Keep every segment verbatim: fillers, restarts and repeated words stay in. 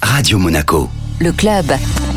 Radio Monaco. Le club.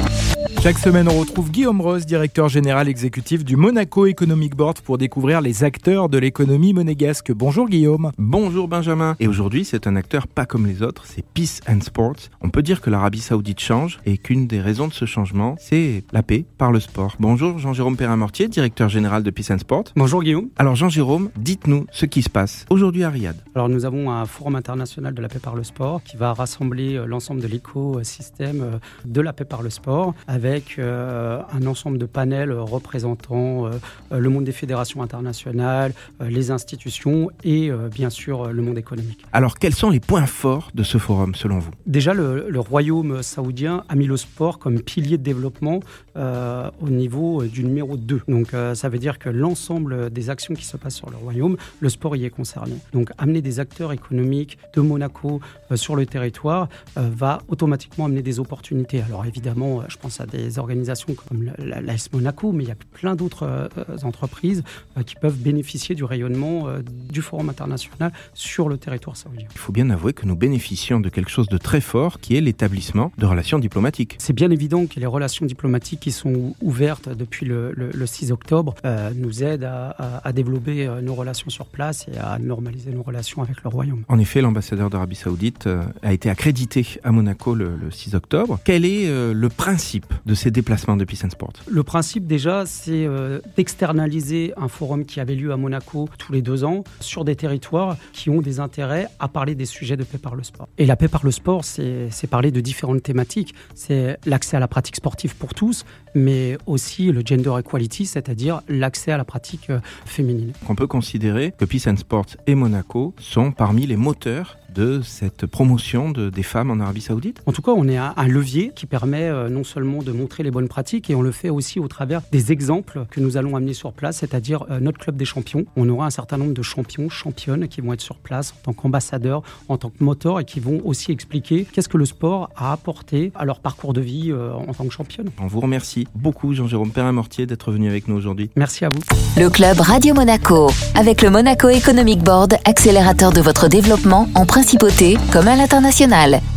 Chaque semaine, on retrouve Guillaume Rose, directeur général exécutif du Monaco Economic Board, pour découvrir les acteurs de l'économie monégasque. Bonjour Guillaume. Bonjour Benjamin. Et aujourd'hui, c'est un acteur pas comme les autres, c'est Peace and Sport. On peut dire que l'Arabie Saoudite change et qu'une des raisons de ce changement, c'est la paix par le sport. Bonjour Jean-Jérôme Perrin-Mortier, directeur général de Peace and Sport. Bonjour Guillaume. Alors Jean-Jérôme, dites-nous ce qui se passe aujourd'hui à Riyad. Alors nous avons un forum international de la paix par le sport qui va rassembler l'ensemble de l'écosystème de la paix par le sport avec euh, un ensemble de panels représentant euh, le monde des fédérations internationales, euh, les institutions et euh, bien sûr le monde économique. Alors quels sont les points forts de ce forum selon vous ? Déjà le, le royaume saoudien a mis le sport comme pilier de développement euh, au niveau du numéro deux. Donc euh, ça veut dire que l'ensemble des actions qui se passent sur le royaume, le sport y est concerné. Donc amener des acteurs économiques de Monaco euh, sur le territoire euh, va automatiquement amener des opportunités. Alors évidemment, je pense à des organisations comme l'A S Monaco, mais il y a plein d'autres euh, entreprises euh, qui peuvent bénéficier du rayonnement euh, du Forum international sur le territoire saoudien. Il faut bien avouer que nous bénéficions de quelque chose de très fort qui est l'établissement de relations diplomatiques. C'est bien évident que les relations diplomatiques qui sont ouvertes depuis le, le, le six octobre euh, nous aident à, à, à développer euh, nos relations sur place et à normaliser nos relations avec le royaume. En effet, l'ambassadeur d'Arabie Saoudite euh, a été accrédité à Monaco le, le six octobre. Quel est euh, le principe de ces déplacements de Peace and Sport ? Le principe déjà, c'est euh, d'externaliser un forum qui avait lieu à Monaco tous les deux ans sur des territoires qui ont des intérêts à parler des sujets de paix par le sport. Et la paix par le sport, c'est, c'est parler de différentes thématiques. C'est l'accès à la pratique sportive pour tous, mais aussi le gender equality, c'est-à-dire l'accès à la pratique euh, féminine. On peut considérer que Peace and Sport et Monaco sont parmi les moteurs de cette promotion de, des femmes en Arabie Saoudite ? En tout cas, on est un, un levier qui permet euh, non seulement de montrer les bonnes pratiques, et on le fait aussi au travers des exemples que nous allons amener sur place, c'est-à-dire euh, notre club des champions. On aura un certain nombre de champions, championnes qui vont être sur place en tant qu'ambassadeurs, en tant que moteurs, et qui vont aussi expliquer qu'est-ce que le sport a apporté à leur parcours de vie euh, en tant que championne. On vous remercie beaucoup, Jean-Jérôme Perrin-Mortier, d'être venu avec nous aujourd'hui. Merci à vous. Le club Radio Monaco, avec le Monaco Economic Board, accélérateur de votre développement en principauté comme à l'international.